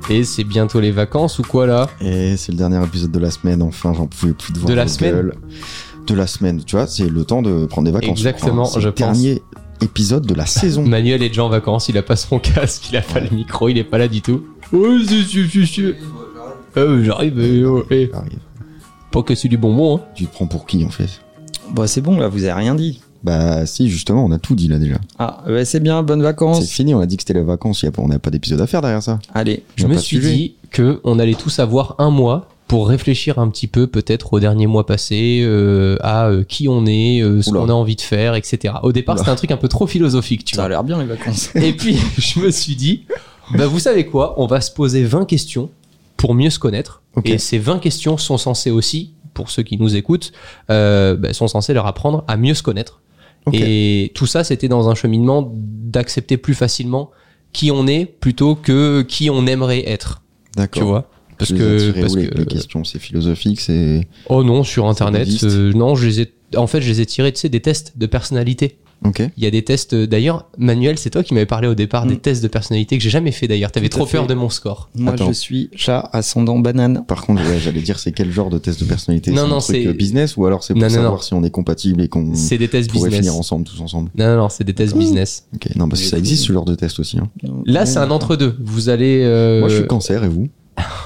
Et c'est bientôt les vacances ou quoi là? Et c'est le dernier épisode de la semaine, enfin, j'en pouvais plus de voir De la vos semaine gueules. De la semaine, tu vois, c'est le temps de prendre des vacances. Exactement, c'est je le dernier épisode de la saison. Manuel est déjà en vacances, il a pas son casque, il a pas le micro, il est pas là du tout. Ouais, j'arrive, J'arrive. Pas casser du bonbon, hein. Tu te prends pour qui en fait? Bah c'est bon là, vous avez rien dit. Bah si, justement, on a tout dit là déjà. Ah ouais, c'est bien, bonnes C'est vacances. fini, on a dit que c'était les vacances, on n'a pas d'épisode à faire derrière ça. Allez. Je On a me pas de suis sujet. dit qu'on allait tous avoir un mois pour réfléchir un petit peu peut-être au dernier mois passé, à qui on est, ce Oula. qu'on a envie de faire, etc. Au départ, Oula. c'était un truc un peu trop philosophique, tu Ça vois. a l'air bien les vacances. Et puis, je me suis dit, bah, vous savez quoi, on va se poser 20 questions pour mieux se connaître. Ok. Et ces 20 questions sont censées aussi, pour ceux qui nous écoutent, sont censées leur apprendre à mieux se connaître. Ok. Et tout ça, c'était dans un cheminement d'accepter plus facilement qui on est plutôt que qui on aimerait être. D'accord. Tu vois? Parce Tu les as que, tirés où, les questions, c'est philosophique, c'est... oh non, sur internet, bouddhiste. non, je les ai tirés, tu sais, des tests de personnalité. Ok. Il y a des tests, d'ailleurs, Manuel, c'est toi qui m'avais parlé au départ des tests de personnalité que j'ai jamais fait d'ailleurs. T'avais Tout à trop peur fait. de mon score. Moi Attends. je suis chat ascendant banane. Par contre, ouais, j'allais dire, c'est quel genre de test de personnalité? Non, c'est non, un truc c'est- business ou alors c'est pour Non, non, savoir non. si on est compatible et qu'on C'est des tests pourrait business. finir ensemble, tous ensemble? Non, c'est des tests business. Ok, non, parce que ça existe ce genre de test aussi. Hein. Là, c'est un entre-deux. Vous allez. Moi, je suis cancer et vous?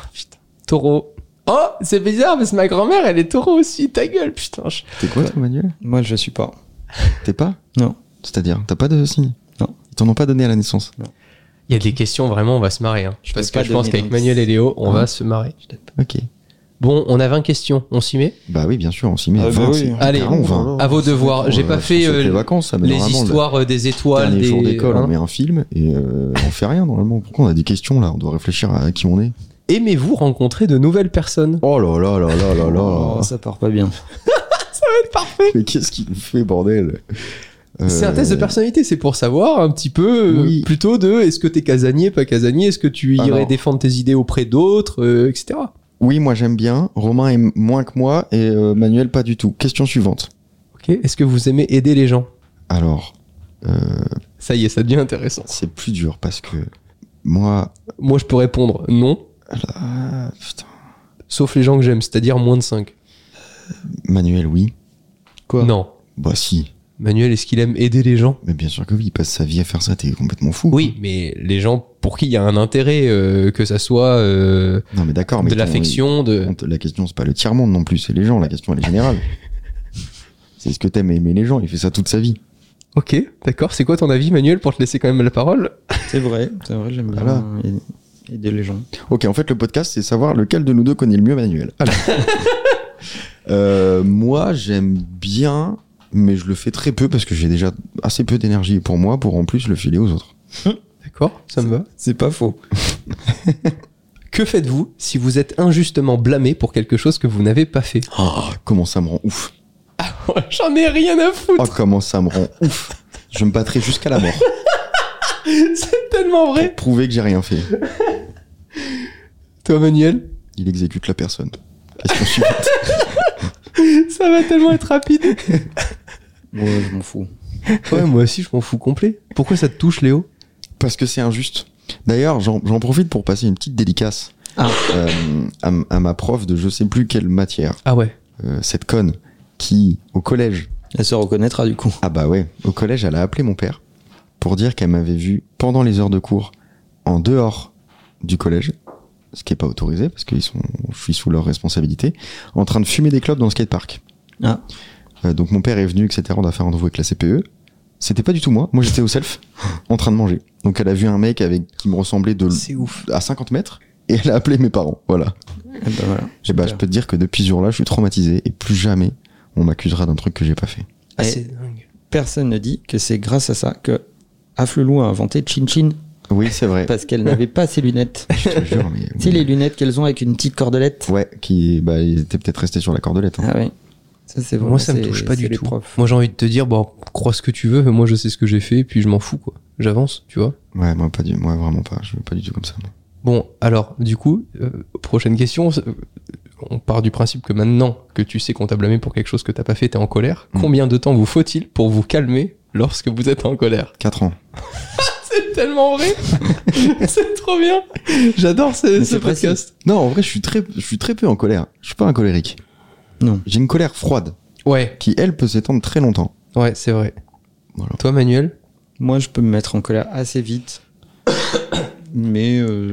Taureau. Oh, c'est bizarre, parce que ma grand-mère, elle est taureau aussi. Ta gueule, putain. T'es quoi, toi, Manuel? Moi je suis pas. T'es pas? Non. C'est-à-dire, t'as pas de signe? Non. Ils t'en ont pas donné à la naissance? Il y a des questions, vraiment, on va se marrer. Hein. Parce peux que pas je pense donner qu'avec d'indice. Manuel et Léo, on Ah. va se marrer. Ok. Bon, on a 20 questions. On s'y met? Bah oui, bien sûr, on s'y met. Ah bah 20, oui. c'est Allez, carrément 20. À vos devoirs. J'ai pas fait les vacances, ça, mais les normalement, histoires des le étoiles. dernier Des... jour d'école, hein. on met un film et on fait rien normalement. Pourquoi on a des questions là? On doit réfléchir à qui on est. Aimez-vous rencontrer de nouvelles personnes? Oh là là là là là là. Oh, ça part pas bien. Parfait. Mais qu'est-ce qu'il nous fait, bordel? C'est un test de personnalité, c'est pour savoir un petit peu Oui. plutôt de est-ce que t'es casanier, pas casanier, est-ce que tu irais Alors. défendre tes idées auprès d'autres, etc. Oui, moi j'aime bien. Romain aime moins que moi et Manuel pas du tout. Question suivante. Ok. Est-ce que vous aimez aider les gens? Alors, Ça y est, ça devient intéressant. c'est plus dur parce que moi, Moi, je peux répondre non, putain, sauf les gens que j'aime, c'est-à-dire moins de 5. Manuel, oui. Quoi? Non. Bah si. Manuel, est-ce qu'il aime aider les gens? Mais bien sûr que oui, il passe sa vie à faire ça. T'es complètement fou. Oui, mais les gens pour qui il y a un intérêt, que ça soit Non mais d'accord, mais de l'affection, de... la question c'est pas le tiers-monde non plus, c'est les gens. La question elle est générale. C'est ce que t'aimes aimer les gens. Il fait ça toute sa vie. Ok, d'accord. C'est quoi ton avis, Manuel, pour te laisser quand même la parole? C'est vrai, j'aime bien Voilà. aider les gens. Ok, en fait le podcast c'est savoir lequel de nous deux connaît le mieux Manuel. Alors. Moi j'aime bien, mais je le fais très peu parce que j'ai déjà assez peu d'énergie pour moi pour en plus le filer aux autres. D'accord, ça me va. C'est pas faux. Que faites-vous si vous êtes injustement blâmé pour quelque chose que vous n'avez pas fait? Oh, comment ça me rend ouf. J'en ai rien à foutre. Oh, comment ça me rend ouf. Je me battrai jusqu'à la mort C'est tellement vrai. pour prouver que j'ai rien fait. Toi, Manuel, Il exécute la personne. Question suivante. ça va tellement être rapide. Ouais, je m'en fous. Ouais, moi aussi, je m'en fous complet. Pourquoi ça te touche, Léo? Parce que c'est injuste. D'ailleurs, j'en profite pour passer une petite dédicace Ah. à ma prof de je sais plus quelle matière. Ah ouais. Cette conne qui, au collège, Elle se reconnaîtra du coup. ah bah ouais, au collège, elle a appelé mon père pour dire qu'elle m'avait vu pendant les heures de cours en dehors du collège, ce qui est pas autorisé parce que je suis sous leur responsabilité, en train de fumer des clopes dans le skatepark. Ah. Donc mon père est venu, etc. On a fait un rendez-vous avec la CPE. C'était pas du tout moi. Moi j'étais au self, en train de manger. Donc elle a vu un mec qui me ressemblait C'est ouf. à 50 mètres et elle a appelé mes parents. Voilà. Et bah voilà. Et bah je peux te dire que depuis ce jour-là, je suis traumatisé et plus jamais on m'accusera d'un truc que j'ai pas fait. Ah, Et- c'est dingue. Personne ne dit que c'est grâce à ça que Afflelou a inventé Chin Chin Oui, c'est vrai. parce qu'elle n'avait pas ses lunettes. Je te jure, mais Tu sais, les lunettes qu'elles ont avec une petite cordelette. ouais, ils étaient peut-être restés sur la cordelette. Hein. Ah ouais. Ça, c'est Moi, ça me touche pas du tout. Moi, j'ai envie de te dire, bon, crois ce que tu veux, mais moi, je sais ce que j'ai fait, puis je m'en fous, quoi. J'avance, tu vois. Ouais, moi vraiment pas. Je veux pas du tout comme ça. moi. Bon, alors, du coup, prochaine question. On part du principe que maintenant que tu sais qu'on t'a blâmé pour quelque chose que t'as pas fait, t'es en colère. Combien de temps vous faut-il pour vous calmer lorsque vous êtes en colère? 4 ans. C'est tellement vrai. C'est trop bien. J'adore ce c'est podcast. Non, en vrai, je suis très peu en colère. Je suis pas un colérique. Non. J'ai une colère froide Ouais, qui, elle, peut s'étendre très longtemps. ouais, c'est vrai. Voilà. Toi, Manuel? Moi, je peux me mettre en colère assez vite. Mais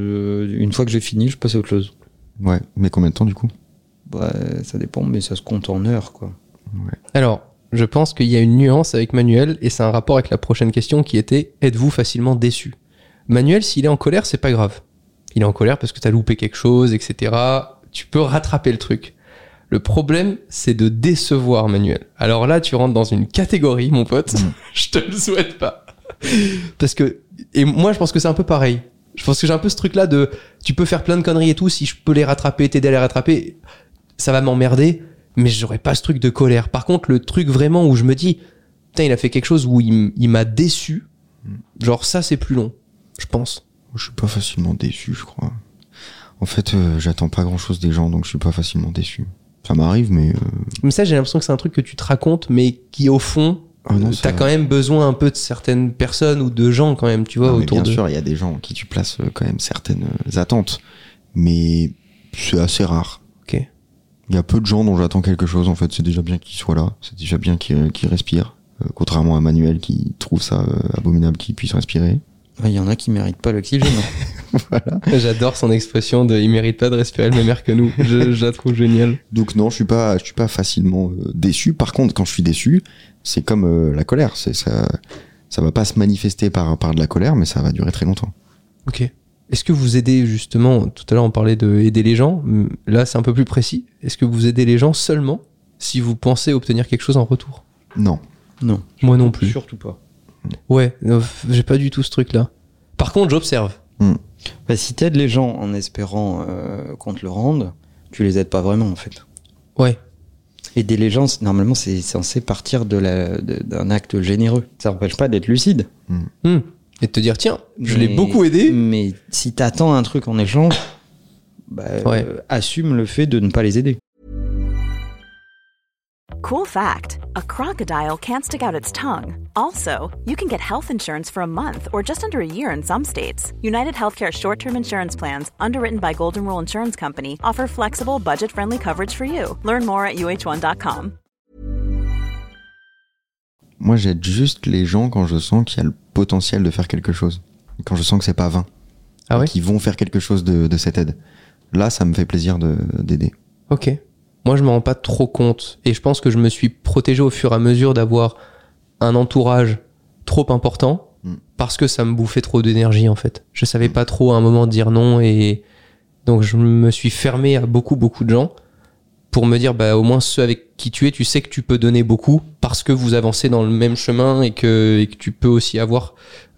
une fois que j'ai fini, je passe à autre chose. Ouais, mais combien de temps du coup? Bah, ça dépend, mais ça se compte en heures, quoi. Alors, je pense qu'il y a une nuance avec Manuel et c'est un rapport avec la prochaine question qui était « Êtes-vous facilement déçu ?» Manuel, s'il est en colère, c'est pas grave. Il est en colère parce que t'as loupé quelque chose, etc. Tu peux rattraper le truc. Le problème, c'est de décevoir Manuel. Alors là, tu rentres dans une catégorie, mon pote. Je te le souhaite pas. Parce que, et moi, je pense que c'est un peu pareil. Je pense que j'ai un peu ce truc-là de, tu peux faire plein de conneries et tout, si je peux les rattraper, t'aider à les rattraper, ça va m'emmerder, mais j'aurais pas ce truc de colère. Par contre, le truc vraiment où je me dis, putain, il a fait quelque chose où il m'a déçu, genre ça, c'est plus long, je pense. Je suis pas facilement déçu, je crois. En fait, j'attends pas grand-chose des gens, donc je suis pas facilement déçu. Ça m'arrive, mais... Mais ça, j'ai l'impression que c'est un truc que tu te racontes, mais qui, au fond, t'as quand même besoin un peu de certaines personnes ou de gens, quand même, tu vois, non, autour de... Bien sûr, il y a des gens en qui tu places quand même certaines attentes, mais c'est assez rare. Ok. Il y a peu de gens dont j'attends quelque chose, en fait, c'est déjà bien qu'ils soient là, c'est déjà bien qu'ils respirent, contrairement à Manuel qui trouve ça abominable qu'ils puissent respirer. Il y en a qui méritent pas l'oxygène. Voilà. J'adore son expression de « il mérite pas de respirer le même air que nous ». Je la trouve géniale. Donc non, je suis pas facilement déçu. Par contre, quand je suis déçu, c'est comme la colère. Ça va pas se manifester par de la colère, mais ça va durer très longtemps. Ok. Est-ce que vous aidez justement, tout à l'heure on parlait de aider les gens, là c'est un peu plus précis, est-ce que vous aidez les gens seulement si vous pensez obtenir quelque chose en retour? Non. Non. Moi non plus. Surtout pas. Ouais, j'ai pas du tout ce truc-là. Par contre, j'observe. Bah, si t'aides les gens en espérant qu'on te le rende, tu les aides pas vraiment en fait. Ouais. Aider les gens, normalement, c'est censé partir d'un acte généreux. Ça n'empêche pas d'être lucide. Et de te dire, tiens, je l'ai beaucoup aidé. Mais si t'attends un truc en échange, assume le fait de ne pas les aider. Cool fact, a crocodile can't stick out its tongue. Also, you can get health insurance for a month or just under a year in some states. United Healthcare short-term insurance plans, underwritten by Golden Rule Insurance Company, offer flexible, budget-friendly coverage for you. Learn more at uh1.com. Moi, j'aide juste les gens quand je sens qu'il y a le potentiel de faire quelque chose. Quand je sens que c'est pas vain. Ah ouais? Qu'ils vont faire quelque chose de cette aide. Là, ça me fait plaisir d'aider. Ok. Moi, je me rends pas trop compte. Et je pense que je me suis protégé au fur et à mesure d'avoir un entourage trop important parce que ça me bouffait trop d'énergie, en fait. Je savais pas trop à un moment dire non et donc je me suis fermé à beaucoup de gens pour me dire, bah, au moins ceux avec qui tu es, tu sais que tu peux donner beaucoup parce que vous avancez dans le même chemin et que tu peux aussi avoir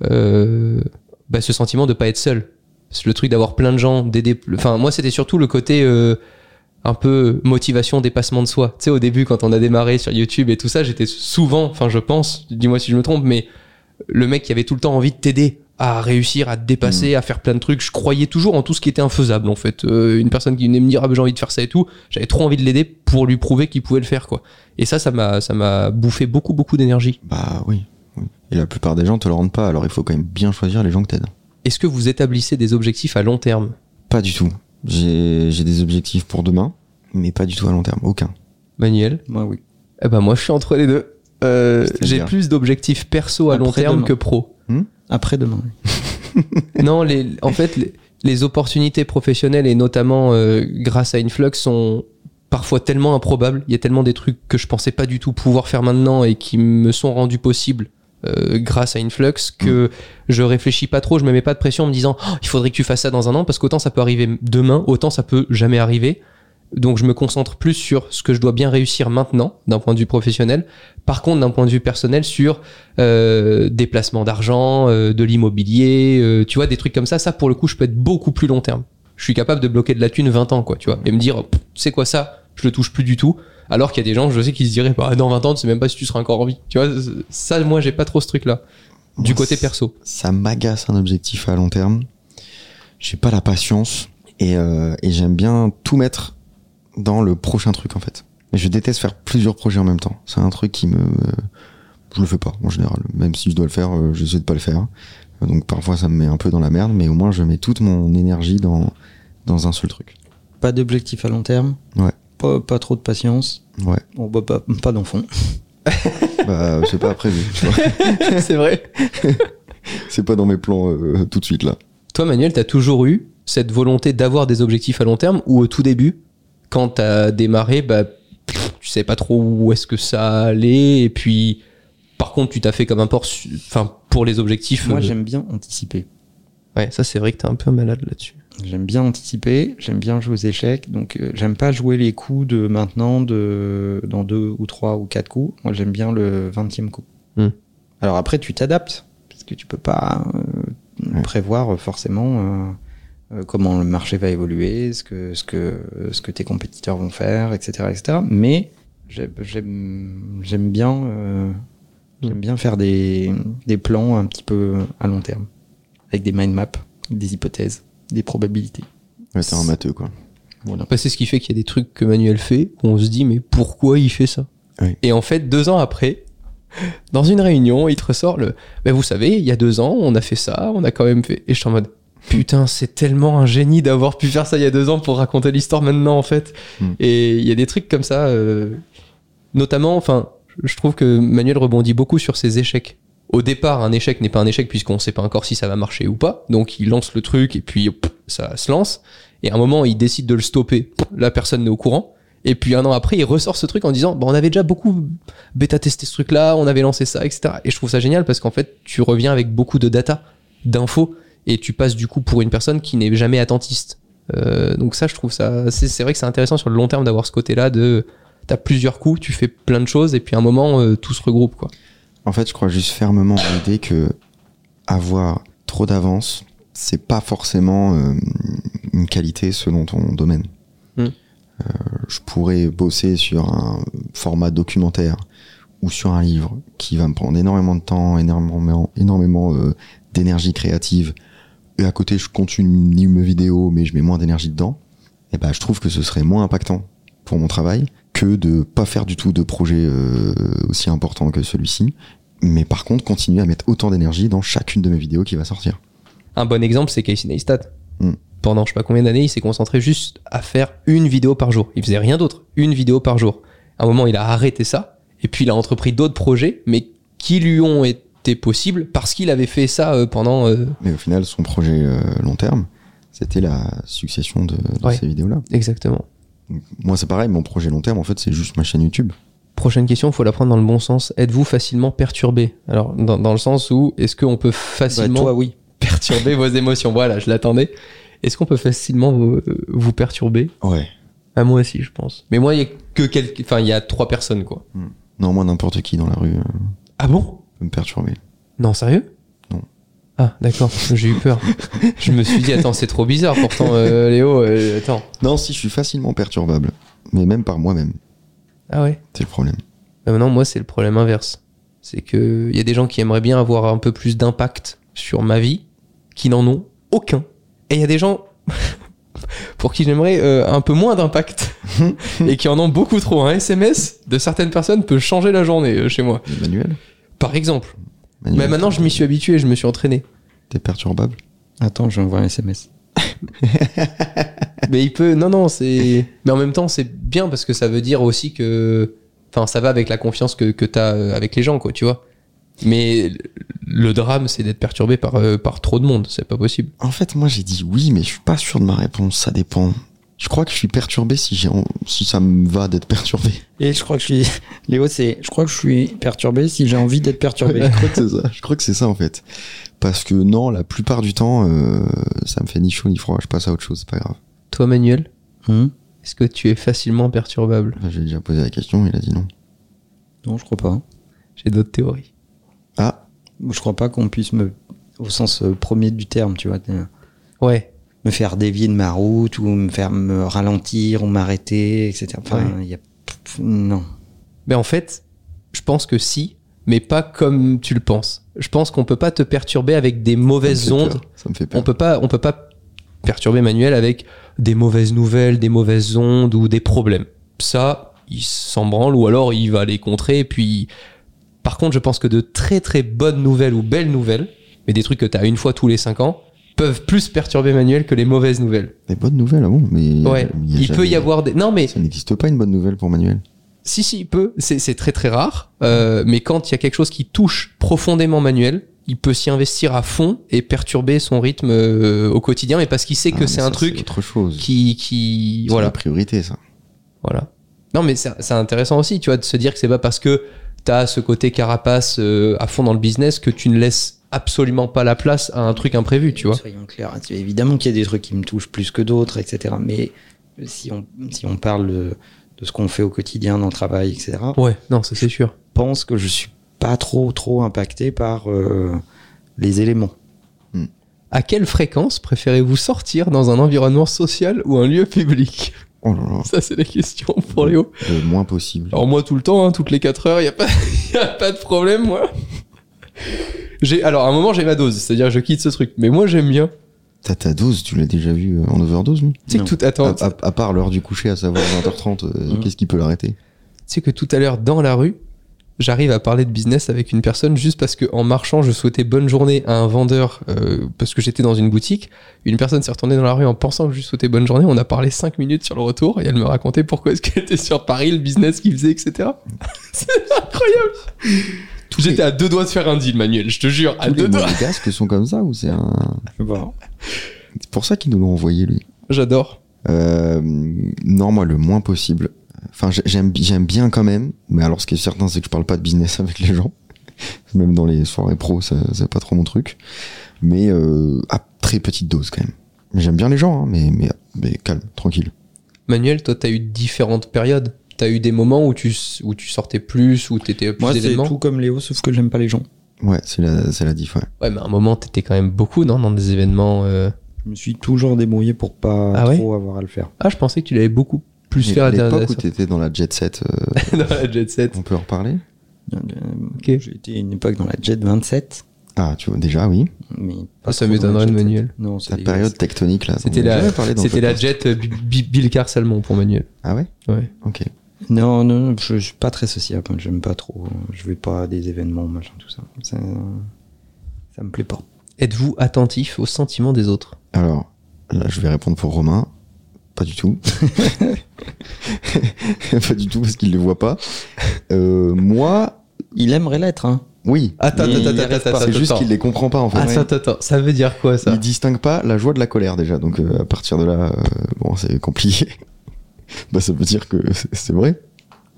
ce sentiment de pas être seul. C'est le truc d'avoir plein de gens, d'aider. Enfin, moi, c'était surtout le côté un peu motivation, dépassement de soi. Tu sais, au début, quand on a démarré sur YouTube et tout ça, j'étais souvent, enfin, je pense, dis-moi si je me trompe, mais le mec qui avait tout le temps envie de t'aider à réussir, à te dépasser, à faire plein de trucs. Je croyais toujours en tout ce qui était infaisable, en fait. Une personne qui venait me dire, ah, ben, j'ai envie de faire ça et tout, j'avais trop envie de l'aider pour lui prouver qu'il pouvait le faire, quoi. Et ça m'a bouffé beaucoup d'énergie. Bah oui. Et la plupart des gens te le rendent pas, alors il faut quand même bien choisir les gens que t'aides. Est-ce que vous établissez des objectifs à long terme? Pas du tout. J'ai des objectifs pour demain, mais pas du tout à long terme, aucun. Manuel? Moi, oui. Eh ben, moi, je suis entre les deux. J'ai plus d'objectifs perso à long terme que pro. Après-demain. Non, en fait, les opportunités professionnelles et notamment grâce à Influx sont parfois tellement improbables. Il y a tellement des trucs que je pensais pas du tout pouvoir faire maintenant et qui me sont rendus possibles grâce à Influx que je réfléchis pas trop, je me mets pas de pression en me disant il faudrait que tu fasses ça dans un an parce qu'autant ça peut arriver demain, autant ça peut jamais arriver. Donc je me concentre plus sur ce que je dois bien réussir maintenant d'un point de vue professionnel. Par contre, d'un point de vue personnel, sur des placements d'argent, de l'immobilier, tu vois, des trucs comme ça, pour le coup, je peux être beaucoup plus long terme. Je suis capable de bloquer de la thune 20 ans, quoi, tu vois, et me dire, tu sais quoi, ça, je le touche plus du tout. Alors qu'il y a des gens, je sais, qui se diraient, bah, dans 20 ans, tu sais même pas si tu seras encore en vie. Tu vois, ça, moi, j'ai pas trop ce truc-là. Du côté perso. Ça m'agace un objectif à long terme. J'ai pas la patience et j'aime bien tout mettre dans le prochain truc, en fait. Mais je déteste faire plusieurs projets en même temps. C'est un truc je le fais pas, en général. Même si je dois le faire, j'essaie de pas le faire. Donc parfois ça me met un peu dans la merde, mais au moins je mets toute mon énergie dans un seul truc. Pas d'objectif à long terme. Ouais. Pas trop de patience. Ouais. Bon, bah, pas d'enfant. Bah, c'est pas prévu, tu vois. C'est vrai. C'est pas dans mes plans tout de suite là. Toi, Manuel, t'as toujours eu cette volonté d'avoir des objectifs à long terme, ou au tout début, quand t'as démarré, bah, tu savais pas trop où est-ce que ça allait, et puis, par contre, tu t'as fait comme un pour les objectifs. Moi, j'aime bien anticiper. Ouais, ça, c'est vrai que t'es un peu malade là-dessus. J'aime bien anticiper, j'aime bien jouer aux échecs, donc j'aime pas jouer les coups de maintenant, dans 2 ou 3 ou 4 coups. Moi, j'aime bien le 20e coup. Alors après, tu t'adaptes, parce que tu peux pas prévoir forcément comment le marché va évoluer, ce que tes compétiteurs vont faire, etc., etc. Mais j'aime bien faire des plans un petit peu à long terme, avec des mind maps, des hypothèses, des probabilités. Ouais, c'est un matheux, quoi. Voilà. Bah, c'est ce qui fait qu'il y a des trucs que Manuel fait, où on se dit, mais pourquoi il fait ça? Oui. Et en fait, 2 ans après, dans une réunion, il te ressort bah, vous savez, il y a 2 ans, on a fait ça, on a quand même fait. Et je suis en mode, putain, c'est tellement un génie d'avoir pu faire ça il y a 2 ans pour raconter l'histoire maintenant, en fait. Et il y a des trucs comme ça, notamment, je trouve que Manuel rebondit beaucoup sur ses échecs. Au départ, un échec n'est pas un échec puisqu'on ne sait pas encore si ça va marcher ou pas. Donc, il lance le truc et puis ça se lance. Et à un moment, il décide de le stopper. La personne n'est au courant. Et puis 1 an après, il ressort ce truc en disant on avait déjà beaucoup bêta-testé ce truc-là, on avait lancé ça, etc. Et je trouve ça génial parce qu'en fait, tu reviens avec beaucoup de data, d'infos, et tu passes du coup pour une personne qui n'est jamais attentiste. Donc ça, je trouve ça... C'est vrai que c'est intéressant sur le long terme d'avoir ce côté-là de... T'as plusieurs coups, tu fais plein de choses, et puis à un moment, tout se regroupe, quoi. En fait, je crois juste fermement à l'idée que avoir trop d'avance, c'est pas forcément une qualité selon ton domaine. Je pourrais bosser sur un format documentaire ou sur un livre qui va me prendre énormément de temps, énormément d'énergie créative, et à côté je continue mes vidéos mais je mets moins d'énergie dedans. Et ben je trouve que ce serait moins impactant pour mon travail que de pas faire du tout de projet aussi important que celui-ci, mais par contre continuer à mettre autant d'énergie dans chacune de mes vidéos qui va sortir. Un bon exemple, c'est Casey Neistat. Pendant je sais pas combien d'années, il s'est concentré juste à faire une vidéo par jour. Il faisait rien d'autre, une vidéo par jour. À un moment, il a arrêté ça, et puis il a entrepris d'autres projets, mais qui lui ont été possibles parce qu'il avait fait ça pendant... Mais au final, son projet long terme, c'était la succession de ces vidéos-là. Exactement. Donc, moi, c'est pareil, mon projet long terme, en fait, c'est juste ma chaîne YouTube. Prochaine question, il faut la prendre dans le bon sens. Êtes-vous facilement perturbé? Alors, dans le sens où, est-ce qu'on peut facilement toi, oui. perturber vos émotions? Voilà, je l'attendais. Est-ce qu'on peut facilement vous perturber? Ouais. Ah, moi aussi, je pense. Mais moi, il y a que il y a 3 personnes, quoi. Non, moi, n'importe qui dans la rue Ah bon? peut me perturber. Non, sérieux? Non. Ah, d'accord, j'ai eu peur. Je me suis dit, attends, c'est trop bizarre, pourtant, Léo, attends. Non, si, je suis facilement perturbable. Mais même par moi-même. Ah ouais? C'est le problème. Bah maintenant, moi, c'est le problème inverse. C'est que y a des gens qui aimeraient bien avoir un peu plus d'impact sur ma vie, qui n'en ont aucun. Et il y a des gens pour qui j'aimerais un peu moins d'impact et qui en ont beaucoup trop. Un SMS de certaines personnes peut changer la journée chez moi. Manuel, Par exemple. Manuel, Mais maintenant, je m'y suis habitué, je me suis entraîné. t'es perturbable? Attends, je vais envoyer un SMS. Mais il peut... Non, c'est... Mais en même temps, c'est bien parce que ça veut dire aussi que... Enfin, ça va avec la confiance que t'as avec les gens, quoi, tu vois. Mais le drame, c'est d'être perturbé par trop de monde. C'est pas possible. En fait, moi, j'ai dit oui, mais je suis pas sûr de ma réponse. Ça dépend. Je crois que je suis perturbé si ça me va d'être perturbé. Et je crois que je suis perturbé si j'ai envie d'être perturbé. Je crois que c'est ça. Je crois que c'est ça, en fait. Parce que non, la plupart du temps, ça me fait ni chaud ni froid. Je passe à autre chose, c'est pas grave. Toi, Manuel, est-ce que tu es facilement perturbable? J'ai déjà posé la question, il a dit non. Non, je crois pas. J'ai d'autres théories. Ah, Je crois pas qu'on puisse au sens premier du terme, tu vois, Ouais. me faire dévier de ma route ou me faire me ralentir ou m'arrêter, etc. Enfin, non. Mais en fait, je pense que si, mais pas comme tu le penses. Je pense qu'on peut pas te perturber avec des mauvaises ondes. Ça me fait peur. On peut pas perturber Manuel avec des mauvaises nouvelles, des mauvaises ondes ou des problèmes. Ça, il s'en branle ou alors il va les contrer. Et puis, par contre, je pense que de très très bonnes nouvelles ou belles nouvelles, mais des trucs que t'as une fois tous les 5 ans, peuvent plus perturber Manuel que les mauvaises nouvelles. Des bonnes nouvelles, ah bon, mais Ouais, il peut y avoir des... Non, mais... Ça n'existe pas une bonne nouvelle pour Manuel. Si, il peut. C'est très très rare. Mais quand il y a quelque chose qui touche profondément Manuel, il peut s'y investir à fond et perturber son rythme au quotidien, mais parce qu'il sait que c'est un truc c'est autre chose. qui C'est voilà. la priorité, ça. Voilà. Non, mais c'est intéressant aussi, tu vois, de se dire que c'est pas parce que t'as ce côté carapace à fond dans le business que tu ne laisses absolument pas la place à un truc imprévu, tu vois. Soyons clairs. Évidemment qu'il y a des trucs qui me touchent plus que d'autres, etc. Mais si on parle de ce qu'on fait au quotidien dans le travail, etc. Ouais, non, ça c'est sûr. Je pense que je suis pas trop impacté par les éléments. À quelle fréquence préférez-vous sortir dans un environnement social ou un lieu public ? Oh là là. Ça, c'est la question pour Léo. Le moins possible. Alors moi, tout le temps, hein, toutes les 4 heures, y a pas de problème, moi. Alors, à un moment, j'ai ma dose, c'est-à-dire je quitte ce truc. Mais moi, j'aime bien. T'as ta dose, tu l'as déjà vu en overdose, non ? Tu sais que tout... Attends, À part l'heure du coucher, à savoir 20h30, qu'est-ce qui peut l'arrêter ? tu sais que tout à l'heure, dans la rue, j'arrive à parler de business avec une personne juste parce que en marchant, je souhaitais bonne journée à un vendeur parce que j'étais dans une boutique. Une personne s'est retournée dans la rue en pensant que je lui souhaitais bonne journée. On a parlé 5 minutes sur le retour et elle me racontait pourquoi est-ce qu'elle était sur Paris, le business qu'il faisait, etc. C'est incroyable. J'étais à 2 doigts de faire un deal, Manuel, je te jure, à Tous 2 les doigts. monégasques sont comme ça ou c'est un... Bon. C'est pour ça qu'ils nous l'ont envoyé, lui. J'adore. Non, moi, le moins possible. Enfin, j'aime bien quand même, mais alors ce qui est certain, c'est que je parle pas de business avec les gens. Même dans les soirées pro, c'est pas trop mon truc. Mais à très petite dose quand même. J'aime bien les gens, hein, mais calme, tranquille. Manuel, toi, t'as eu différentes périodes. T'as eu des moments où tu sortais plus, où t'étais plus Moi, c'est d'événements. tout comme Léo, sauf que j'aime pas les gens. Ouais, c'est la diff, ouais. Ouais, mais à un moment, t'étais quand même beaucoup, non, dans des événements. Je me suis toujours débrouillé pour pas trop avoir à le faire. Ah, je pensais que tu l'avais beaucoup plus fait à à l'époque où t'étais dans la jet set, dans la jet set. on peut en reparler ? Ok. J'ai été une époque dans la Jet 27. Ah, tu vois, déjà, oui. Mais pas Ça trop m'étonnerait dans de la Jet Manuel. 7. Non, c'est La dégueulasse. période tectonique, là. C'était dont on a jamais parlé dans le la podcast. jet Bill Salmon pour Manuel. Ah ouais ? Ouais. Ok. Non, je suis pas très sociable. J'aime pas trop. Je vais pas à des événements, machin, tout ça. Ça me plaît pas. Êtes-vous attentif aux sentiments des autres ? Alors, là, je vais répondre pour Romain. Pas du tout. Pas du tout, parce qu'il les voit pas. Moi, Il aimerait l'être, hein. oui. Attends, Mais il y arrive pas. C'est juste qu'il les comprend pas, en fait. Attends. Ça veut dire quoi, ça ? Il distingue pas la joie de la colère, déjà. Donc, à partir de là, bon, c'est compliqué. Bah, ça veut dire que c'est vrai. Pourquoi ?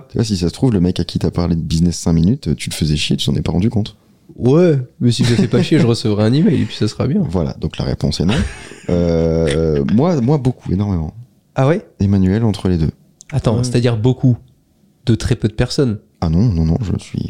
Tu vois, si ça se trouve, le mec à qui t'as parlé de business 5 minutes, tu te faisais chier, tu t'en es pas rendu compte. Ouais, mais si je fais pas chier, je recevrai un email et puis ça sera bien. Voilà, donc la réponse est non. Moi, beaucoup, énormément. Ah ouais ? Emmanuel, entre les deux. Attends, c'est-à-dire beaucoup de très peu de personnes. Ah non, je suis...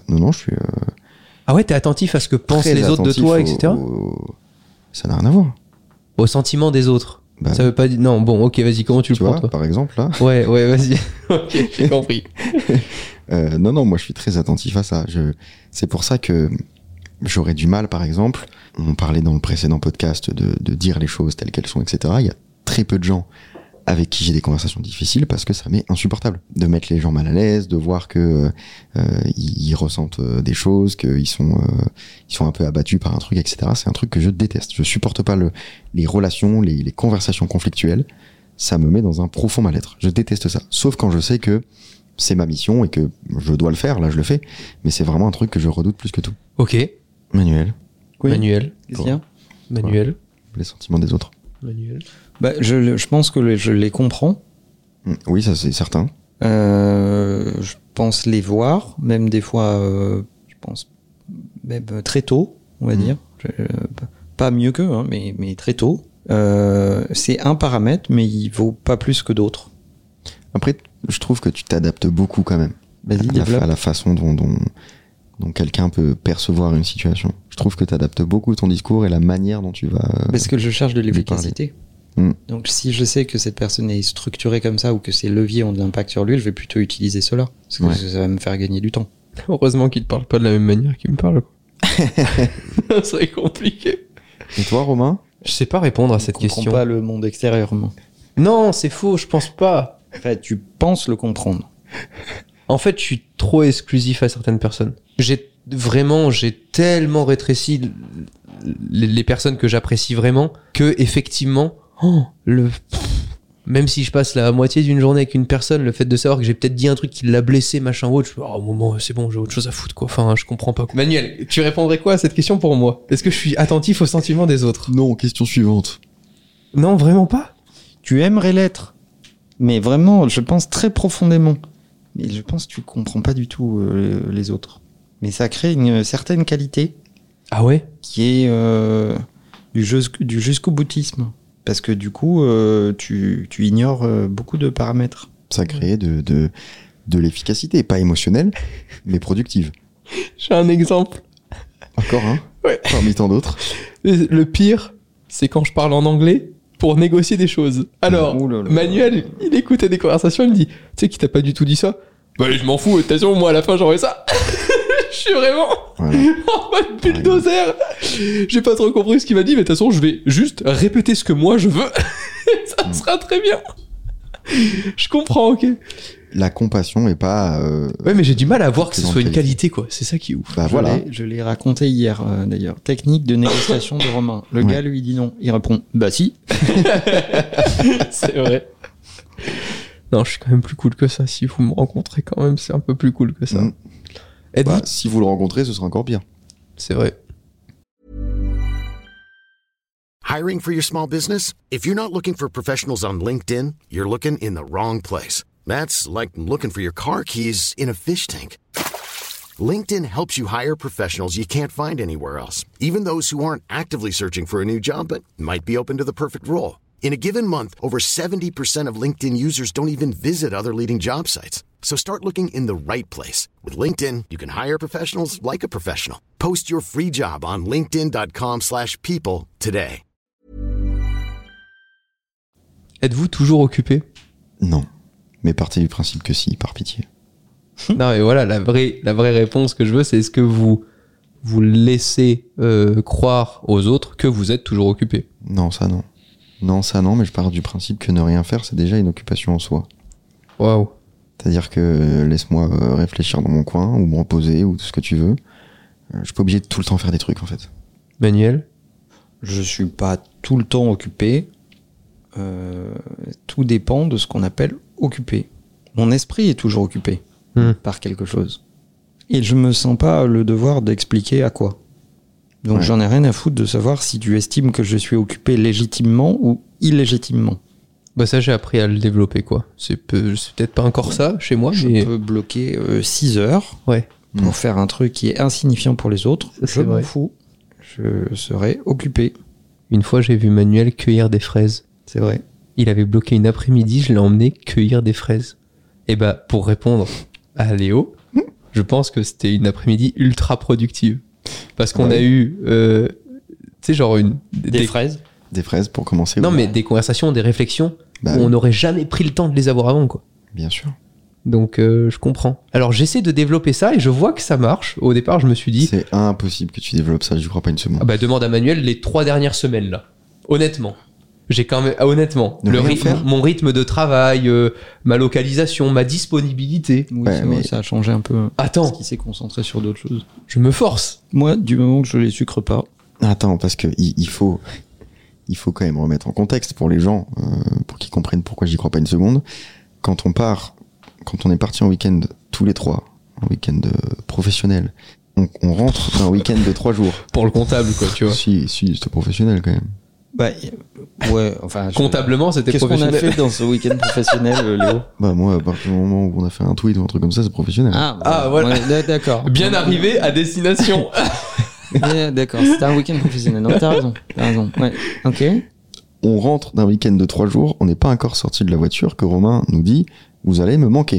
Ah ouais, t'es attentif à ce que pensent très les autres de attentif toi, etc. Ça n'a rien à voir. Aux sentiments des autres. Bah, Ça veut pas dire... Non, bon, ok, vas-y, comment tu le tu prends, vois, toi ? par exemple, là. Ouais, vas-y. Ok, j'ai compris. Non, moi, je suis très attentif à ça. C'est pour ça que j'aurais du mal, par exemple, on parlait dans le précédent podcast de dire les choses telles qu'elles sont, etc. Il y a très peu de gens avec qui j'ai des conversations difficiles parce que ça m'est insupportable de mettre les gens mal à l'aise, de voir que ils ressentent des choses, qu'ils sont un peu abattus par un truc, etc. C'est un truc que je déteste. Je supporte pas les relations, les conversations conflictuelles. Ça me met dans un profond mal-être. Je déteste ça. Sauf quand je sais que c'est ma mission et que je dois le faire. Là, je le fais. Mais c'est vraiment un truc que je redoute plus que tout. Ok. Manuel, Oui. Manuel. Qu'est-ce qu'il y a ? Manuel. les sentiments des autres. Manuel. Bah, je pense que je les comprends. Oui, ça c'est certain. Je pense les voir, même des fois, je pense même très tôt, on va dire. Pas mieux qu'eux, hein, mais très tôt. C'est un paramètre, mais il vaut pas plus que d'autres. Après, je trouve que tu t'adaptes beaucoup quand même. Vas-y, développe. À la façon dont quelqu'un peut percevoir une situation. Je trouve que tu adaptes beaucoup ton discours et la manière dont tu vas... Parce que je cherche de lui l'efficacité. Donc si je sais que cette personne est structurée comme ça ou que ces leviers ont de l'impact sur lui, je vais plutôt utiliser cela. Parce que ça va me faire gagner du temps. Heureusement qu'il te parle pas de la même manière qu'il me parle. Ça serait compliqué. Et toi, Romain ? Je sais pas répondre à cette question. Je comprends pas le monde extérieur, moi. Non, c'est faux, je pense pas. En fait, tu penses le comprendre. En fait, je suis trop exclusif à certaines personnes. vraiment, j'ai tellement rétréci les personnes que j'apprécie vraiment que effectivement, même si je passe la moitié d'une journée avec une personne, le fait de savoir que j'ai peut-être dit un truc qui l'a blessé, machin ou autre, je fais, au moment, c'est bon, j'ai autre chose à foutre, quoi. Enfin, je comprends pas. Manuel, tu répondrais quoi à cette question pour moi? Est-ce que je suis attentif aux sentiments des autres? Non, question suivante. Non, vraiment pas. Tu aimerais l'être. Mais vraiment, je pense très profondément. Mais je pense que tu comprends pas du tout les autres. Mais ça crée une certaine qualité. Ah ouais? Qui est du jusqu'au boutisme. Parce que du coup, tu ignores beaucoup de paramètres. Ça crée de l'efficacité, pas émotionnelle, mais productive. J'ai un exemple. Encore un? Ouais. Parmi tant d'autres. Le pire, c'est quand je parle en anglais pour négocier des choses. Alors, Manuel, il écoutait des conversations, il me dit, tu sais qui t'a pas du tout dit ça? Bah, je m'en fous, de toute façon, moi, à la fin, j'aurais ça. Je suis vraiment en mode bulldozer. J'ai pas trop compris ce qu'il m'a dit, mais de toute façon, je vais juste répéter ce que moi je veux. Ça sera très bien. Je comprends, ok. La compassion est pas... ouais, mais j'ai du mal à voir que ce soit une qualité, quoi. C'est ça qui est ouf. Bah voilà. Je l'ai raconté hier, d'ailleurs. Technique de négociation de Romain. Le gars lui dit non. Il répond, bah si. C'est vrai. Non, je suis quand même plus cool que ça. Si vous me rencontrez quand même, c'est un peu plus cool que ça. Bah, si vous le rencontrez, ce sera encore pire. C'est vrai. Hiring for your small business? If you're not looking for professionals on LinkedIn, you're looking in the wrong place. That's like looking for your car keys in a fish tank. LinkedIn helps you hire professionals you can't find anywhere else, even those who aren't actively searching for a new job but might be open to the perfect role. In a given month, over 70% of LinkedIn users don't even visit other leading job sites. So start looking in the right place. With LinkedIn, you can hire professionals like a professional. Post your free job on linkedin.com/people today. Êtes-vous toujours occupé? Non. Mais partez du principe que si, par pitié. Non, mais voilà, la vraie réponse que je veux, c'est est-ce que vous laissez croire aux autres que vous êtes toujours occupé? Non, ça non. Non, ça non, mais je pars du principe que ne rien faire, c'est déjà une occupation en soi. Waouh. C'est-à-dire que laisse-moi réfléchir dans mon coin, ou me reposer, ou tout ce que tu veux. Je suis pas obligé de tout le temps faire des trucs, en fait. Manuel? Je suis pas tout le temps occupé. Tout dépend de ce qu'on appelle occupé. Mon esprit est toujours occupé par quelque chose. Et je me sens pas le devoir d'expliquer à quoi. Donc j'en ai rien à foutre de savoir si tu estimes que je suis occupé légitimement ou illégitimement. Bah ça, j'ai appris à le développer, quoi. C'est peut-être pas encore ça chez moi, mais... Je peux bloquer 6 heures pour faire un truc qui est insignifiant pour les autres. Ça, je m'en fous. Je serai occupé. Une fois, j'ai vu Manuel cueillir des fraises. C'est vrai. Il avait bloqué une après-midi, je l'ai emmené cueillir des fraises. Et bah, pour répondre à Léo, je pense que c'était une après-midi ultra productive. Parce qu'on a eu, tu sais, genre des fraises. Des fraises pour commencer. Non, mais des conversations, des réflexions où on n'aurait jamais pris le temps de les avoir avant, quoi. Bien sûr. Donc, je comprends. Alors, j'essaie de développer ça et je vois que ça marche. Au départ, je me suis dit... C'est impossible que tu développes ça, je crois pas une seconde. Ah bah, demande à Manuel les 3 dernières semaines, là. Honnêtement. J'ai quand même... honnêtement. Mon rythme de travail, ma localisation, ma disponibilité. Oui, mais ça a changé un peu. Attends. Parce qu'il s'est concentré sur d'autres choses. Je me force. Moi, du moment que je les sucre pas... Attends, parce que il faut quand même remettre en contexte pour les gens, pour qu'ils comprennent pourquoi j'y crois pas une seconde. Quand on est parti en week-end tous les 3, un week-end professionnel, on rentre d'un week-end de 3 jours. Pour le comptable, quoi, tu vois. Si, c'était professionnel quand même. Bah, ouais, enfin... Comptablement, c'était professionnel. Qu'est-ce qu'on a fait dans ce week-end professionnel, Léo? Bah, moi, à partir du moment où on a fait un tweet ou un truc comme ça, c'est professionnel. Voilà. Ouais, d'accord. Bien arrivé à destination. Ouais, d'accord, c'était un week-end professionnel. Non, t'as raison. Ouais, ok. On rentre d'un week-end de 3 jours, on n'est pas encore sorti de la voiture que Romain nous dit « Vous allez me manquer ».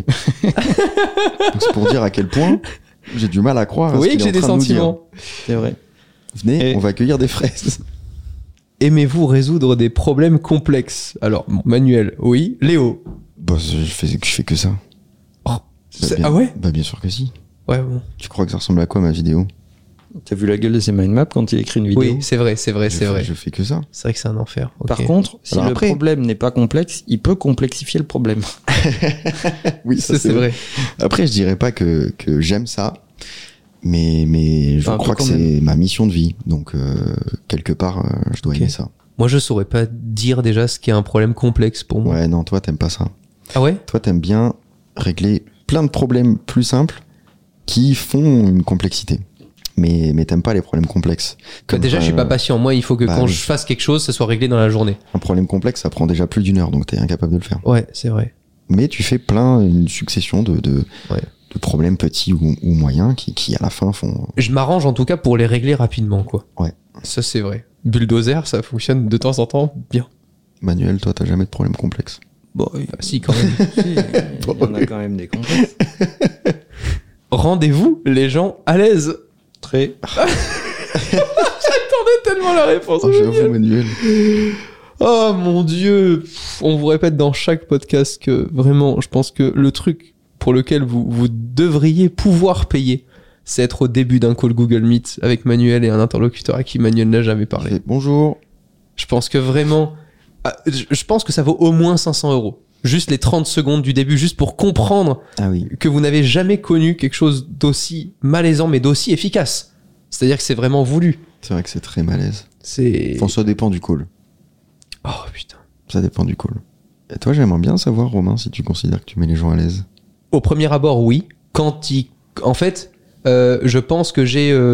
Donc c'est pour dire à quel point j'ai du mal à croire à ce qu'il est en train de nous dire. Oui, que j'ai des sentiments. C'est vrai. Venez, on va cueillir des fraises. Aimez-vous résoudre des problèmes complexes? Alors, Manuel, oui. Léo? Bah, je fais que ça. Oh, ah ouais? Bah, bien sûr que si. Ouais, bon. Tu crois que ça ressemble à quoi, ma vidéo? T'as vu la gueule de ses mindmaps quand il écrit une vidéo? Oui, c'est vrai. Je fais que ça. C'est vrai que c'est un enfer. Okay. Par contre, si le problème n'est pas complexe, il peut complexifier le problème. Oui, ça c'est vrai. Après, je dirais pas que j'aime ça. Mais je crois que c'est ma mission de vie. Donc, quelque part, je dois aimer ça. Moi, je saurais pas dire déjà ce qui est un problème complexe pour moi. Ouais, non, toi, t'aimes pas ça. Ah ouais? Toi, t'aimes bien régler plein de problèmes plus simples qui font une complexité. Mais t'aimes pas les problèmes complexes. Comme déjà, je suis pas patient. Moi, il faut que quand je fasse quelque chose, ça soit réglé dans la journée. Un problème complexe, ça prend déjà plus d'1 heure, donc t'es incapable de le faire. Ouais, c'est vrai. Mais tu fais une succession de problèmes petits ou moyens qui, à la fin, font... Je m'arrange, en tout cas, pour les régler rapidement, quoi. Ouais. Ça, c'est vrai. Bulldozer, ça fonctionne de temps en temps bien. Manuel, toi, t'as jamais de problème complexe? Bon, si, quand même. Il y en a quand même des complexes. Rendez-vous les gens à l'aise. Très. J'attendais tellement la réponse. J'avoue, Manuel. Oh mon Dieu. On vous répète dans chaque podcast que vraiment, je pense que le truc pour lequel vous devriez pouvoir payer, c'est être au début d'un call Google Meet avec Manuel et un interlocuteur à qui Manuel n'a jamais parlé. Bonjour. Je pense que vraiment, je pense que ça vaut au moins 500 €. Juste les 30 secondes du début, juste pour comprendre que vous n'avez jamais connu quelque chose d'aussi malaisant, mais d'aussi efficace. C'est-à-dire que c'est vraiment voulu. C'est vrai que c'est très malaise. Enfin, ça dépend du call. Oh putain. Ça dépend du call. Et toi, j'aimerais bien savoir, Romain, si tu considères que tu mets les gens à l'aise. Au premier abord, oui. En fait, je pense que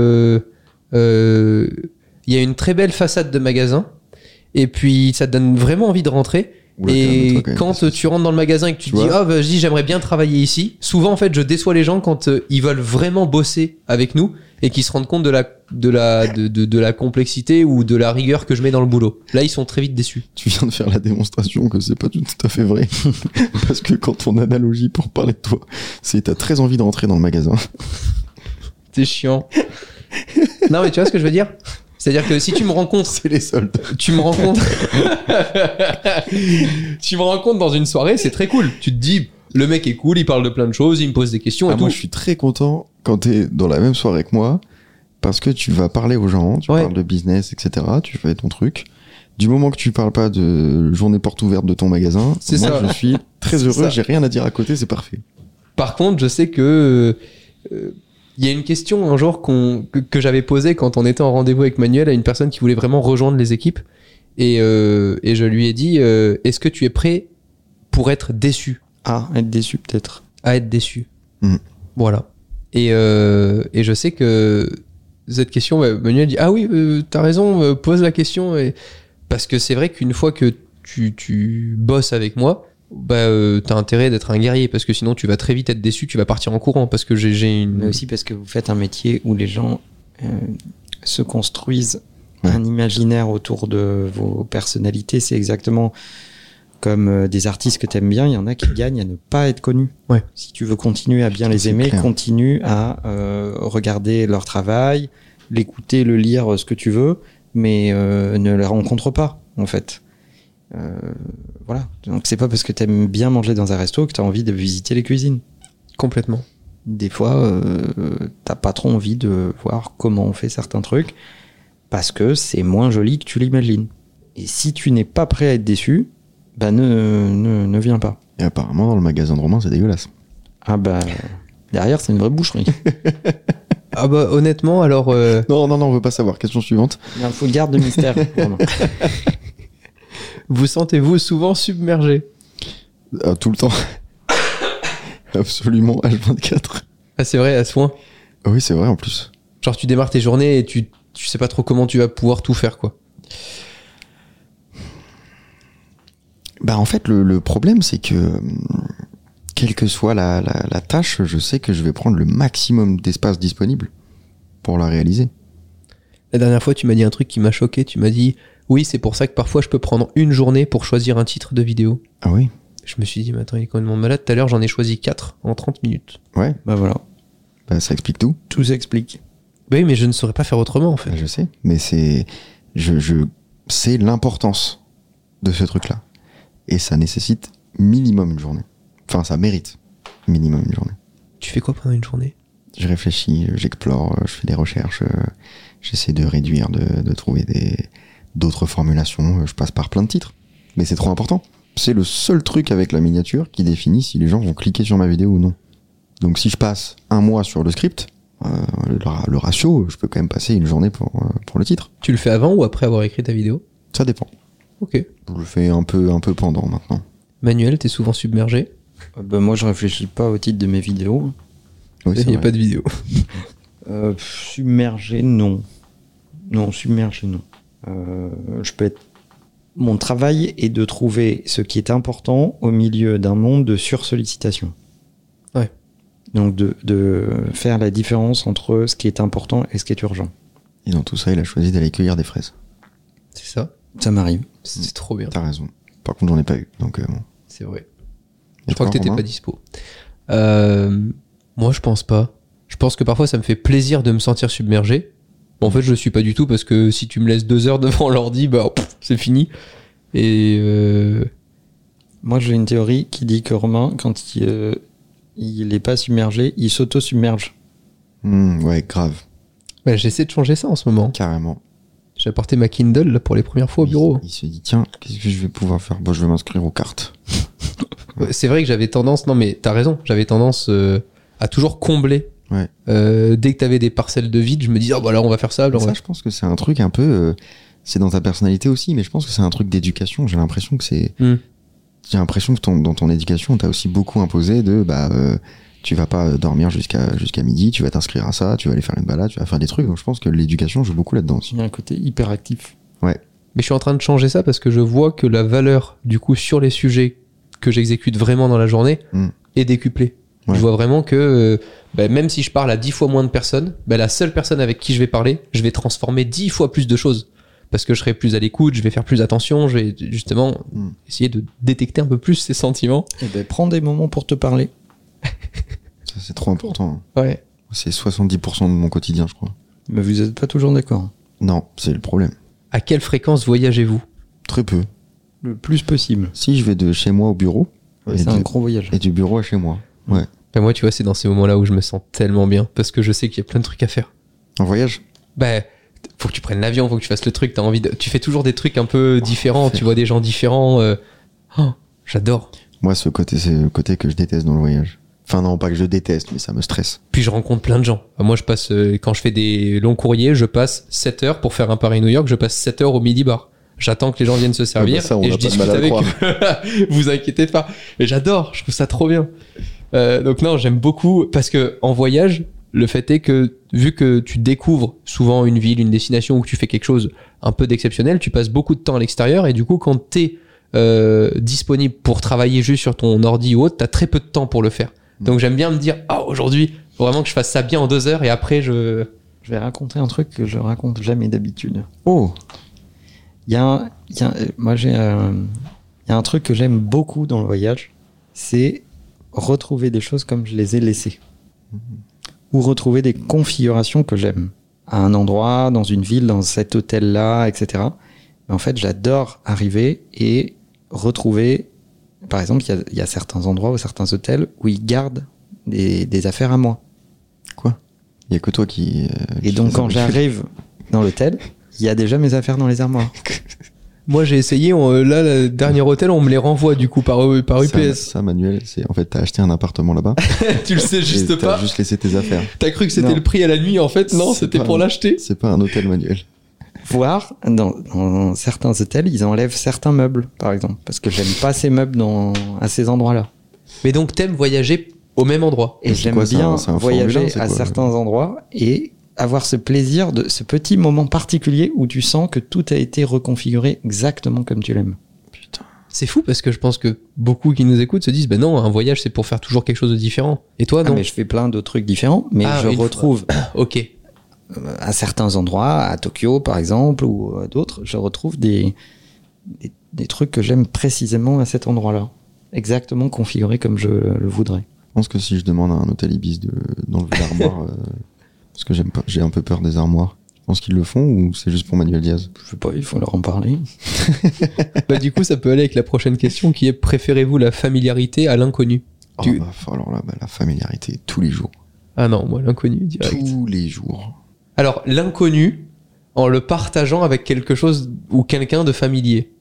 il y a une très belle façade de magasin, et puis ça te donne vraiment envie de rentrer. Et quand tu rentres dans le magasin et que tu te dis vas-y, j'aimerais bien travailler ici, souvent en fait je déçois les gens quand ils veulent vraiment bosser avec nous et qu'ils se rendent compte de la complexité ou de la rigueur que je mets dans le boulot. Là ils sont très vite déçus. Tu viens de faire la démonstration que c'est pas tout à fait vrai. Parce que quand ton analogie pour parler de toi, c'est t'as très envie de rentrer dans le magasin. C'est chiant. Non mais tu vois ce que je veux dire? C'est-à-dire que si tu me rencontres... C'est les soldes. Tu me rencontres... tu me rencontres dans une soirée, c'est très cool. Tu te dis, le mec est cool, il parle de plein de choses, il me pose des questions et tout. Moi, je suis très content quand t'es dans la même soirée que moi, parce que tu vas parler aux gens, tu parles de business, etc. Tu fais ton truc. Du moment que tu parles pas de journée porte ouverte de ton magasin, moi, je suis très heureux, j'ai rien à dire à côté, c'est parfait. Par contre, je sais que... il y a une question un jour que j'avais posée quand on était en rendez-vous avec Manuel à une personne qui voulait vraiment rejoindre les équipes. Et je lui ai dit, est-ce que tu es prêt pour être déçu? Ah, être déçu peut-être. À être déçu. Voilà. Et je sais que cette question, Manuel dit, ah oui, t'as raison, pose la question. Parce que c'est vrai qu'une fois que tu bosses avec moi, t'as intérêt d'être un guerrier, parce que sinon tu vas très vite être déçu, tu vas partir en courant, parce que mais aussi parce que vous faites un métier où les gens se construisent un imaginaire autour de vos personnalités. C'est exactement comme des artistes que t'aimes bien, il y en a qui gagnent à ne pas être connus. Si tu veux continuer à bien les aimer, continue à regarder leur travail, l'écouter, le lire, ce que tu veux, mais ne les rencontre pas en fait. Voilà, donc c'est pas parce que t'aimes bien manger dans un resto que t'as envie de visiter les cuisines. Complètement. Des fois, t'as pas trop envie de voir comment on fait certains trucs parce que c'est moins joli que tu l'imagines. Et si tu n'es pas prêt à être déçu, ne viens pas. Et apparemment, dans le magasin de Romain, c'est dégueulasse. Ah derrière, c'est une vraie boucherie. Ah honnêtement, alors... Non, on veut pas savoir. Question suivante. Il faut garde de mystère. Vous sentez-vous souvent submergé? Tout le temps. Absolument, H24. Ah c'est vrai, à ce point? Oui, c'est vrai en plus. Genre tu démarres tes journées et tu sais pas trop comment tu vas pouvoir tout faire, quoi. En fait, le problème, c'est que quelle que soit la tâche, je sais que je vais prendre le maximum d'espace disponible pour la réaliser. La dernière fois, tu m'as dit un truc qui m'a choqué. Tu m'as dit, oui, c'est pour ça que parfois je peux prendre une journée pour choisir un titre de vidéo. Ah oui? Je me suis dit, mais attends, il est complètement malade. Tout à l'heure, j'en ai choisi 4 en 30 minutes. Ouais. Voilà. Ça explique tout. Tout s'explique. Oui, mais je ne saurais pas faire autrement, en fait. Je sais, mais c'est l'importance de ce truc-là. Et ça nécessite minimum une journée. Enfin, ça mérite minimum une journée. Tu fais quoi pendant une journée? Je réfléchis, j'explore, je fais des recherches, j'essaie de réduire, de trouver d'autres formulations, je passe par plein de titres. Mais c'est trop important. C'est le seul truc avec la miniature qui définit si les gens vont cliquer sur ma vidéo ou non. Donc si je passe un mois sur le script, le ratio, je peux quand même passer une journée pour le titre. Tu le fais avant ou après avoir écrit ta vidéo? Ça dépend. Ok. Je le fais un peu pendant maintenant. Manuel, t'es souvent submergé? Moi, je réfléchis pas au titre de mes vidéos. Oui, Il n'y a pas de vidéo. Submergé, non. Non, submergé, non. Je peux être... Mon travail est de trouver ce qui est important au milieu d'un monde de sursollicitation. Ouais. Donc de faire la différence entre ce qui est important et ce qui est urgent. Et dans tout ça, il a choisi d'aller cueillir des fraises. C'est ça. Ça m'arrive. C'est trop bien. T'as raison. Par contre, j'en ai pas eu. Donc, bon. C'est vrai. Et Je crois toi, que t'étais Romain pas dispo. Moi, je pense pas. Je pense que parfois, ça me fait plaisir de me sentir submergé. En fait, je le suis pas du tout parce que si tu me laisses 2 heures devant l'ordi, c'est fini. Et Moi, j'ai une théorie qui dit que Romain, quand il est pas submergé, il s'auto-submerge. Ouais, grave. ouais, j'essaie de changer ça en ce moment. Carrément. J'ai apporté ma Kindle là, pour les premières fois au bureau. Il se dit, tiens, qu'est-ce que je vais pouvoir faire? Bon, je vais m'inscrire aux cartes. Ouais, c'est vrai que j'avais tendance, non mais t'as raison, j'avais tendance à toujours combler. Ouais. Dès que t'avais des parcelles de vide, je me disais, oh, bah là on va faire ça. Là, Ça, je pense que c'est un truc un peu... c'est dans ta personnalité aussi, mais je pense que c'est un truc d'éducation. J'ai l'impression que c'est... J'ai l'impression que dans ton éducation, t'as aussi beaucoup imposé de... tu vas pas dormir jusqu'à midi, tu vas t'inscrire à ça, tu vas aller faire une balade, tu vas faire des trucs. Donc je pense que l'éducation joue beaucoup là-dedans aussi. Il y a un côté hyper actif. Ouais. Mais je suis en train de changer ça parce que je vois que la valeur, du coup, sur les sujets que j'exécute vraiment dans la journée est décuplée. Ouais. Je vois vraiment que même si je parle à 10 fois moins de personnes, la seule personne avec qui je vais parler, je vais transformer 10 fois plus de choses. Parce que je serai plus à l'écoute, je vais faire plus attention, je vais justement essayer de détecter un peu plus ces sentiments. Et prends des moments pour te parler. Ça, c'est trop important. Ouais. C'est 70% de mon quotidien, je crois. Mais vous êtes pas toujours d'accord. Non, c'est le problème. À quelle fréquence voyagez-vous? Très peu. Le plus possible. Si je vais de chez moi au bureau, C'est un gros voyage. et du bureau à chez moi. Ouais. Moi, tu vois, c'est dans ces moments-là où je me sens tellement bien parce que je sais qu'il y a plein de trucs à faire. En voyage? Faut que tu prennes l'avion, faut que tu fasses le truc, tu fais toujours des trucs un peu différents, tu vois des gens différents. J'adore. Moi, c'est le côté que je déteste dans le voyage. Enfin non, pas que je déteste, mais ça me stresse. Puis je rencontre plein de gens. Moi, je passe, quand je fais des longs courriers, je passe 7 heures pour faire un Paris-New York, je passe 7 heures au midi-bar. J'attends que les gens viennent se servir ça, on et a je pas de discute mal à le avec eux. Vous inquiétez pas. Et j'adore, je trouve ça trop bien. Donc non, j'aime beaucoup parce que en voyage, le fait est que vu que tu découvres souvent une ville, une destination où tu fais quelque chose un peu d'exceptionnel, tu passes beaucoup de temps à l'extérieur et du coup, quand t'es disponible pour travailler juste sur ton ordi ou autre, t'as très peu de temps pour le faire. Donc j'aime bien me dire, aujourd'hui, faut vraiment que je fasse ça bien en 2 heures et après Je vais raconter un truc que je raconte jamais d'habitude. Oh! Moi, il y a un truc que j'aime beaucoup dans le voyage, c'est retrouver des choses comme je les ai laissées. Ou retrouver des configurations que j'aime. À un endroit, dans une ville, dans cet hôtel-là, etc. Mais en fait, j'adore arriver et retrouver... Par exemple, il y a certains endroits ou certains hôtels où ils gardent des affaires à moi. Quoi? Il y a que toi qui... Et donc, quand j'arrive dans l'hôtel, il y a déjà mes affaires dans les armoires. Moi, j'ai essayé, là, le dernier hôtel, on me les renvoie du coup par UPS. Ça, Manuel, c'est en fait, t'as acheté un appartement là-bas. Tu le sais juste et pas. T'as juste laissé tes affaires. T'as cru que c'était Non. le prix à la nuit, en fait? Non, c'était pour l'acheter. C'est pas un hôtel, Manuel. Voire, dans certains hôtels, ils enlèvent certains meubles, par exemple. Parce que j'aime pas ces meubles à ces endroits-là. Mais donc, t'aimes voyager au même endroit? Et c'est j'aime quoi, c'est bien un voyager Formule 1, c'est à quoi, certains endroits et avoir ce plaisir de ce petit moment particulier où tu sens que tout a été reconfiguré exactement comme tu l'aimes. Putain. C'est fou parce que je pense que beaucoup qui nous écoutent se disent, non, un voyage, c'est pour faire toujours quelque chose de différent. Et toi, non? Mais je fais plein de trucs différents, mais je retrouve Ok. à certains endroits, à Tokyo par exemple, ou à d'autres, je retrouve des trucs que j'aime précisément à cet endroit-là. Exactement configurés comme je le voudrais. Je pense que si je demande à un hôtel Ibis d'enlever l'armoire, parce que j'ai un peu peur des armoires, je pense qu'ils le font ou c'est juste pour Manuel Diaz? Je sais pas, il faut leur en parler. Du coup, ça peut aller avec la prochaine question qui est, préférez-vous la familiarité à l'inconnu? Alors là, la familiarité, tous les jours. Ah non, moi, l'inconnu, direct. Tous les jours. Alors, l'inconnu, en le partageant avec quelque chose ou quelqu'un de familier.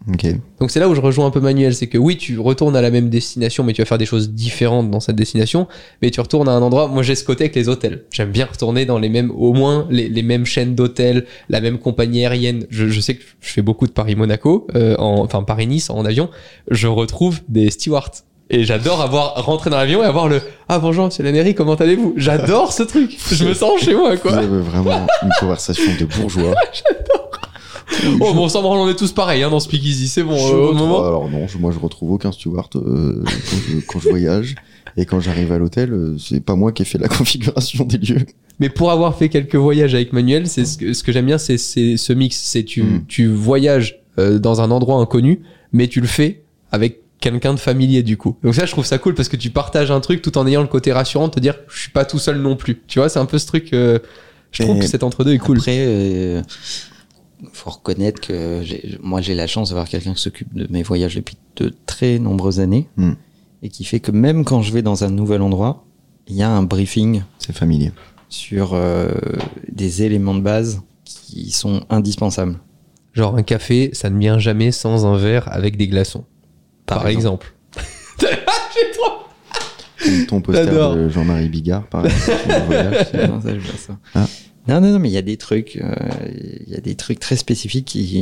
Okay. Donc c'est là où je rejoins un peu Manuel, c'est que oui, tu retournes à la même destination, mais tu vas faire des choses différentes dans cette destination, mais tu retournes à un endroit. Moi, j'ai ce côté avec les hôtels. J'aime bien retourner dans les mêmes, au moins les mêmes chaînes d'hôtels, la même compagnie aérienne. Je sais que je fais beaucoup de Paris-Monaco, enfin Paris-Nice en avion. Je retrouve des stewards. Et j'adore rentrer dans l'avion et avoir le « Ah bonjour monsieur Laneri, comment allez-vous ?» J'adore ce truc. Je me sens chez moi, quoi. Vous avez vraiment une conversation de bourgeois. J'adore. Oh bon, sans branle, on est tous pareils dans Speakeasy, c'est bon. Au moment. Alors non, moi je retrouve aucun steward quand je voyage. Et quand j'arrive à l'hôtel, c'est pas moi qui ai fait la configuration des lieux. Mais pour avoir fait quelques voyages avec Manuel, c'est ce que j'aime bien, c'est ce mix. C'est tu voyages dans un endroit inconnu, mais tu le fais avec quelqu'un de familier du coup. Donc ça, je trouve ça cool parce que tu partages un truc tout en ayant le côté rassurant de te dire je suis pas tout seul non plus. Tu vois, c'est un peu ce truc. Je trouve que cet entre-deux est cool. Après, faut reconnaître que moi j'ai la chance d'avoir quelqu'un qui s'occupe de mes voyages depuis de très nombreuses années et qui fait que même quand je vais dans un nouvel endroit, il y a un briefing. C'est familier. Sur des éléments de base qui sont indispensables. Genre un café, ça ne vient jamais sans un verre avec des glaçons. Par exemple. J'ai trop. Ton poster de Jean-Marie Bigard, par exemple. Non, mais il y a des trucs, très spécifiques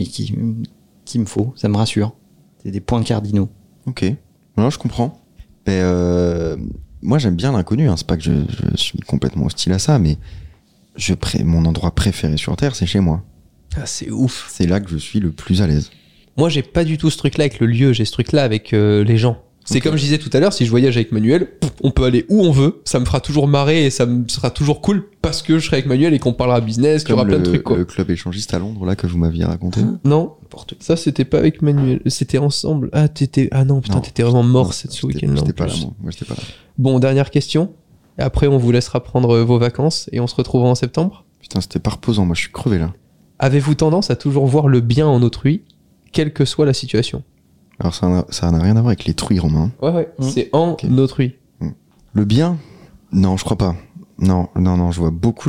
qui me faut. Ça me rassure. C'est des points cardinaux. Ok. Non, je comprends. Mais moi, j'aime bien l'inconnu. C'est pas que je suis complètement hostile à ça, mais mon endroit préféré sur Terre, c'est chez moi. Ah, c'est ouf. C'est là que je suis le plus à l'aise. Moi, j'ai pas du tout ce truc-là avec le lieu. J'ai ce truc-là avec les gens. C'est comme je disais tout à l'heure, si je voyage avec Manuel, on peut aller où on veut, ça me fera toujours marrer et ça me sera toujours cool parce que je serai avec Manuel et qu'on parlera business, qu'il y aura plein de trucs, quoi. Le club échangiste à Londres, là, que vous m'aviez raconté. Non, ça c'était pas avec Manuel, c'était ensemble. T'étais vraiment mort ce week-end-là. J'étais pas là, moi j'étais pas là. Bon, dernière question. Et après, on vous laissera prendre vos vacances et on se retrouvera en septembre. Putain, c'était pas reposant, moi je suis crevé là. Avez-vous tendance à toujours voir le bien en autrui, quelle que soit la situation? Alors ça n'a rien à voir avec les truies, Romain. Ouais, c'est en autrui. Le bien? Non, je crois pas. Non, je vois beaucoup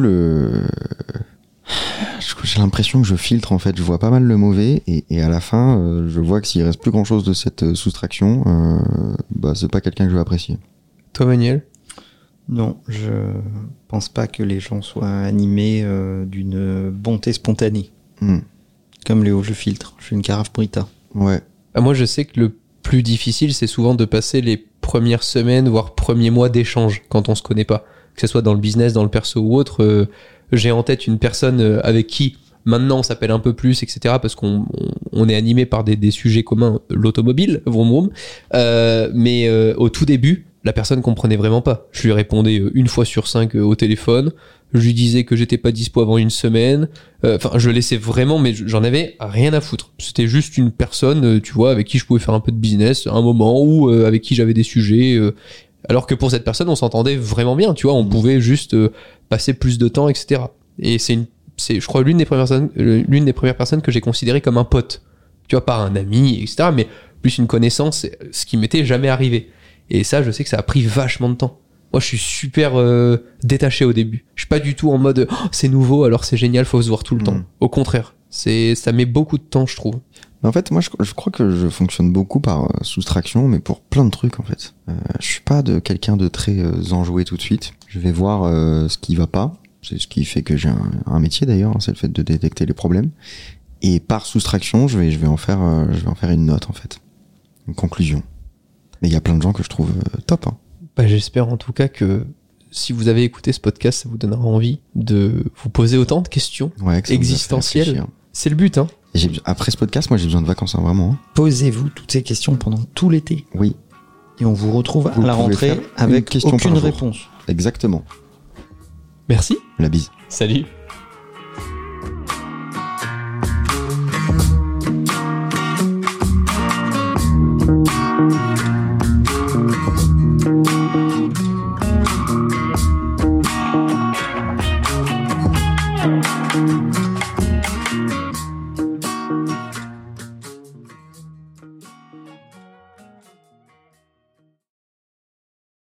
j'ai l'impression que je filtre en fait, je vois pas mal le mauvais et à la fin, je vois que s'il reste plus grand chose de cette soustraction, c'est pas quelqu'un que je vais apprécier. Toi, Manuel? Non, je pense pas que les gens soient animés d'une bonté spontanée. Comme Léo, je filtre. Je suis une carafe Brita. Ouais. Moi, je sais que le plus difficile, c'est souvent de passer les premières semaines, voire premiers mois d'échange quand on se connaît pas. Que ce soit dans le business, dans le perso ou autre. J'ai en tête une personne avec qui maintenant on s'appelle un peu plus, etc. parce qu'on est animé par des sujets communs, l'automobile, vroom vroom. Mais au tout début, la personne comprenait vraiment pas. Je lui répondais 1 fois sur 5 au téléphone. Je lui disais que j'étais pas dispo avant 1 semaine. Je laissais vraiment, mais j'en avais rien à foutre. C'était juste une personne, tu vois, avec qui je pouvais faire un peu de business, un moment, ou avec qui j'avais des sujets. Alors que pour cette personne, on s'entendait vraiment bien, tu vois. On pouvait juste passer plus de temps, etc. Et c'est, je crois, l'une des premières personnes que j'ai considérées comme un pote. Tu vois, pas un ami, etc. Mais plus une connaissance, ce qui m'était jamais arrivé. Et ça, je sais que ça a pris vachement de temps. Moi, je suis super détaché au début. Je suis pas du tout en mode c'est nouveau, alors c'est génial, faut se voir tout le temps. Au contraire, ça met beaucoup de temps, je trouve. En fait, moi, je crois que je fonctionne beaucoup par soustraction, mais pour plein de trucs, en fait. Je suis pas quelqu'un de très enjoué tout de suite. Je vais voir ce qui va pas. C'est ce qui fait que j'ai un métier, d'ailleurs. C'est le fait de détecter les problèmes. Et par soustraction, je vais en faire une note, en fait. Une conclusion. Mais il y a plein de gens que je trouve top, hein. J'espère en tout cas que si vous avez écouté ce podcast, ça vous donnera envie de vous poser autant de questions existentielles. C'est le but, hein. Et après ce podcast, moi j'ai besoin de vacances, hein, vraiment. Hein. Posez-vous toutes ces questions pendant tout l'été. Oui. Et on vous retrouve à la rentrée avec aucune réponse. Exactement. Merci. La bise. Salut.